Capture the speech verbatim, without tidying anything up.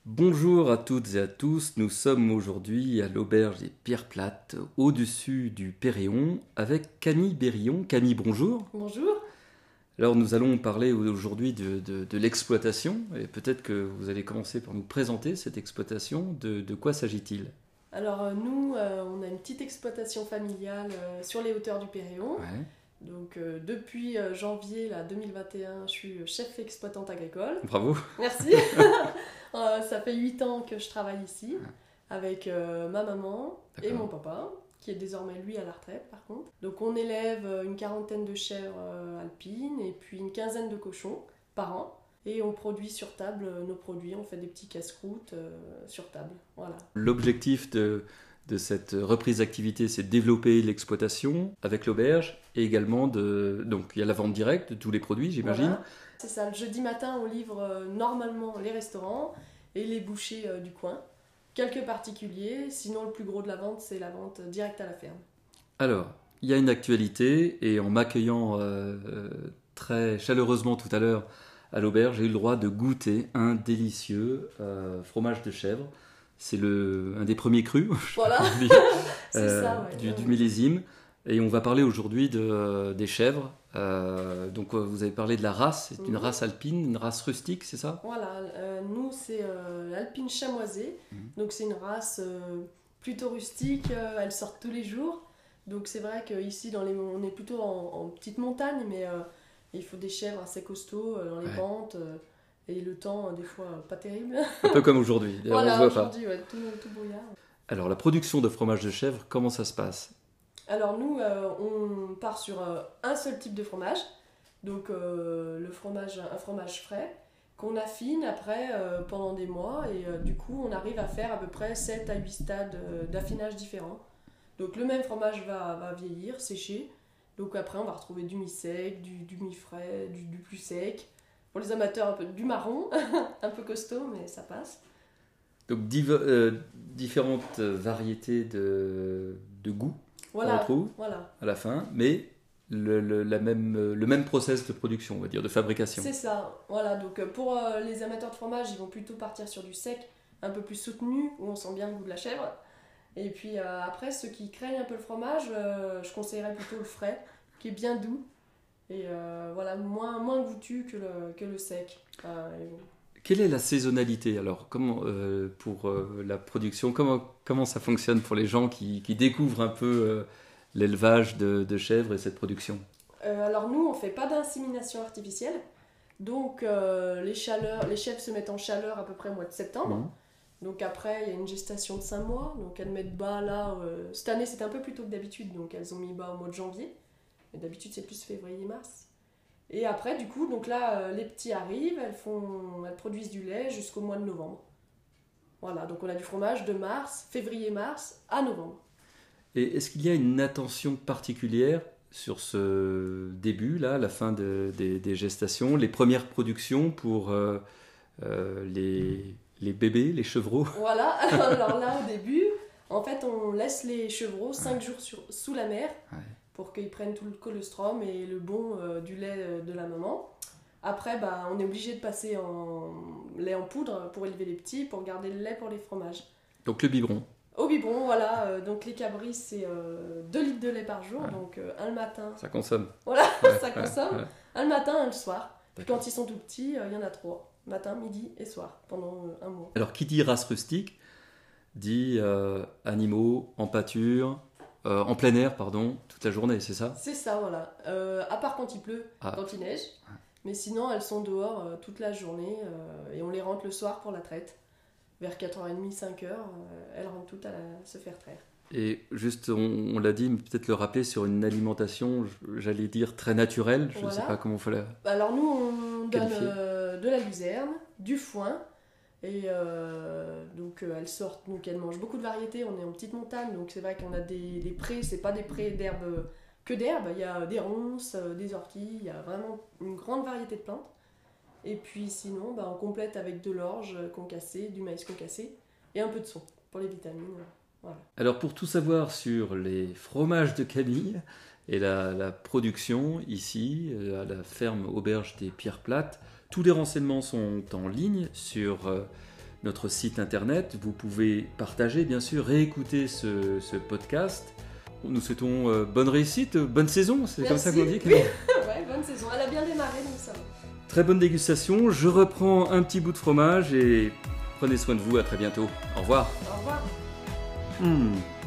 Bonjour à toutes et à tous, nous sommes aujourd'hui à l'auberge des Pierres Plates, au-dessus du Péréon, avec Camille Bérillon. Camille, bonjour. Bonjour. Alors nous allons parler aujourd'hui de, de, de l'exploitation, et peut-être que vous allez commencer par nous présenter cette exploitation. De, de quoi s'agit-il? Alors euh, nous, euh, on a une petite exploitation familiale euh, sur les hauteurs du Péréon. Ouais. Donc euh, depuis euh, janvier là, deux mille vingt et un, je suis chef exploitante agricole. Bravo. Merci. Euh, ça fait huit ans que je travaille ici avec euh, ma maman et mon papa, qui est désormais lui à la retraite par contre. Donc on élève euh, une quarantaine de chèvres euh, alpines et puis une quinzaine de cochons par an. Et on produit sur table euh, nos produits, on fait des petits casse-croûtes euh, sur table. Voilà. L'objectif de, de cette reprise d'activité, c'est de développer l'exploitation avec l'auberge et également de... Donc il y a la vente directe de tous les produits, j'imagine. Voilà. C'est ça, le jeudi matin, on livre euh, normalement les restaurants et les bouchers euh, du coin. Quelques particuliers, sinon le plus gros de la vente, c'est la vente directe à la ferme. Alors, il y a une actualité, et en m'accueillant euh, euh, très chaleureusement tout à l'heure à l'auberge, j'ai eu le droit de goûter un délicieux euh, fromage de chèvre. C'est le, un des premiers crus, Voilà, dire, c'est euh, ça, ouais. du, ouais. du millésime. Et on va parler aujourd'hui de, euh, des chèvres. Euh, donc euh, vous avez parlé de la race, c'est une Mhm. race alpine, une race rustique, c'est ça? Voilà, euh, nous c'est euh, l'alpine chamoisée, Mhm. donc c'est une race euh, plutôt rustique, euh, elles sortent tous les jours. Donc c'est vrai qu'ici dans les, on est plutôt en, en petite montagne, mais euh, il faut des chèvres assez costauds euh, dans les Ouais. pentes, euh, et le temps euh, des fois euh, pas terrible. Un peu comme aujourd'hui, d'ailleurs, on Voilà, ne voit pas. aujourd'hui ouais, tout, tout brouillard. Alors la production de fromage de chèvre, comment ça se passe? Alors nous, euh, on part sur euh, un seul type de fromage, donc euh, le fromage, un fromage frais, qu'on affine après euh, pendant des mois, et euh, du coup on arrive à faire à peu près sept à huit stades euh, d'affinage différents. Donc le même fromage va, va vieillir, sécher, donc après on va retrouver du mi-sec, du, du mi-frais, du, du plus sec. Pour les amateurs, un peu du marron, un peu costaud, mais ça passe. Donc div- euh, différentes variétés de, de goût qu'on Voilà, retrouve voilà. à la fin, mais le, le, la même, le même process de production, on va dire, de fabrication. C'est ça, voilà. Donc euh, pour euh, les amateurs de fromage, ils vont plutôt partir sur du sec, un peu plus soutenu, où on sent bien le goût de la chèvre. Et puis euh, après, ceux qui craignent un peu le fromage, euh, je conseillerais plutôt le frais, qui est bien doux. Et euh, voilà, moins, moins goûtu que le, que le sec. Euh, et bon. Quelle est la saisonnalité alors comment, euh, pour euh, la production, comment, comment ça fonctionne pour les gens qui, qui découvrent un peu euh, l'élevage de, de chèvres et cette production? Euh, alors nous, on fait pas d'insémination artificielle. Donc euh, les, chaleurs, les chèvres se mettent en chaleur à peu près au mois de septembre. Mmh. Donc après, il y a une gestation de cinq mois. Donc elles mettent bas là. Euh, cette année, c'était un peu plus tôt que d'habitude. Donc elles ont mis bas au mois de janvier. Mais d'habitude, c'est plus février-mars. Et après, du coup, donc là, euh, les petits arrivent. Elles, font, elles produisent du lait jusqu'au mois de novembre. Voilà, donc on a du fromage de mars, février-mars à novembre. Et est-ce qu'il y a une attention particulière sur ce début, là, la fin de, des, des gestations, les premières productions pour euh, euh, les, les bébés, les chevreaux? Voilà, alors là, au début, en fait, on laisse les chevreaux cinq jours sur, sous la mer. Ouais. Pour qu'ils prennent tout le colostrum et le bon euh, du lait euh, de la maman. Après, bah, on est obligé de passer en lait en poudre pour élever les petits, pour garder le lait pour les fromages. Donc le biberon. Au biberon, voilà, euh, donc les cabris, c'est euh, deux litres de lait par jour, Ouais. donc euh, un le matin, Ça consomme. voilà, Ouais, ça ouais, consomme, ouais. un le matin, un le soir. Puis D'accord. quand ils sont tout petits, euh, il y en a trois, matin, midi et soir, pendant euh, un mois. Alors qui dit race rustique dit euh, animaux en pâture, euh, en plein air, pardon, toute la journée, c'est ça? C'est ça, voilà. Euh, à part quand il pleut, Ah. quand il neige. Mais sinon, elles sont dehors euh, toute la journée euh, et on les rentre le soir pour la traite. Vers quatre heures trente, cinq heures, euh, elles rentrent toutes à la- se faire traire. Et juste, on, on l'a dit, mais peut-être le rappeler sur une alimentation, j'allais dire très naturelle, je ne sais Voilà. pas comment il faut la... Alors nous, on donne Qualifié. euh, de la luzerne, du foin. Et euh, donc euh, elles sortent, donc elles mangent beaucoup de variétés. On est en petite montagne, donc c'est vrai qu'on a des, des prés, c'est pas des prés d'herbes que d'herbes. Il y a des ronces, euh, des orties, il y a vraiment une grande variété de plantes. Et puis sinon, bah, on complète avec de l'orge euh, concassée, du maïs concassé et un peu de son pour les vitamines. euh, Voilà. Alors pour tout savoir sur les fromages de Camille et la, la production ici, euh, à la ferme auberge des Pierres Plates, tous les renseignements sont en ligne sur euh, notre site internet. Vous pouvez partager, bien sûr, réécouter ce, ce podcast. Nous souhaitons euh, bonne réussite, bonne saison, c'est Merci. Comme ça qu'on dit. Oui. Ouais, bonne saison, elle a bien démarré, donc ça va. Très bonne dégustation, je reprends un petit bout de fromage et prenez soin de vous, à très bientôt. Au revoir. Au revoir. Mmh.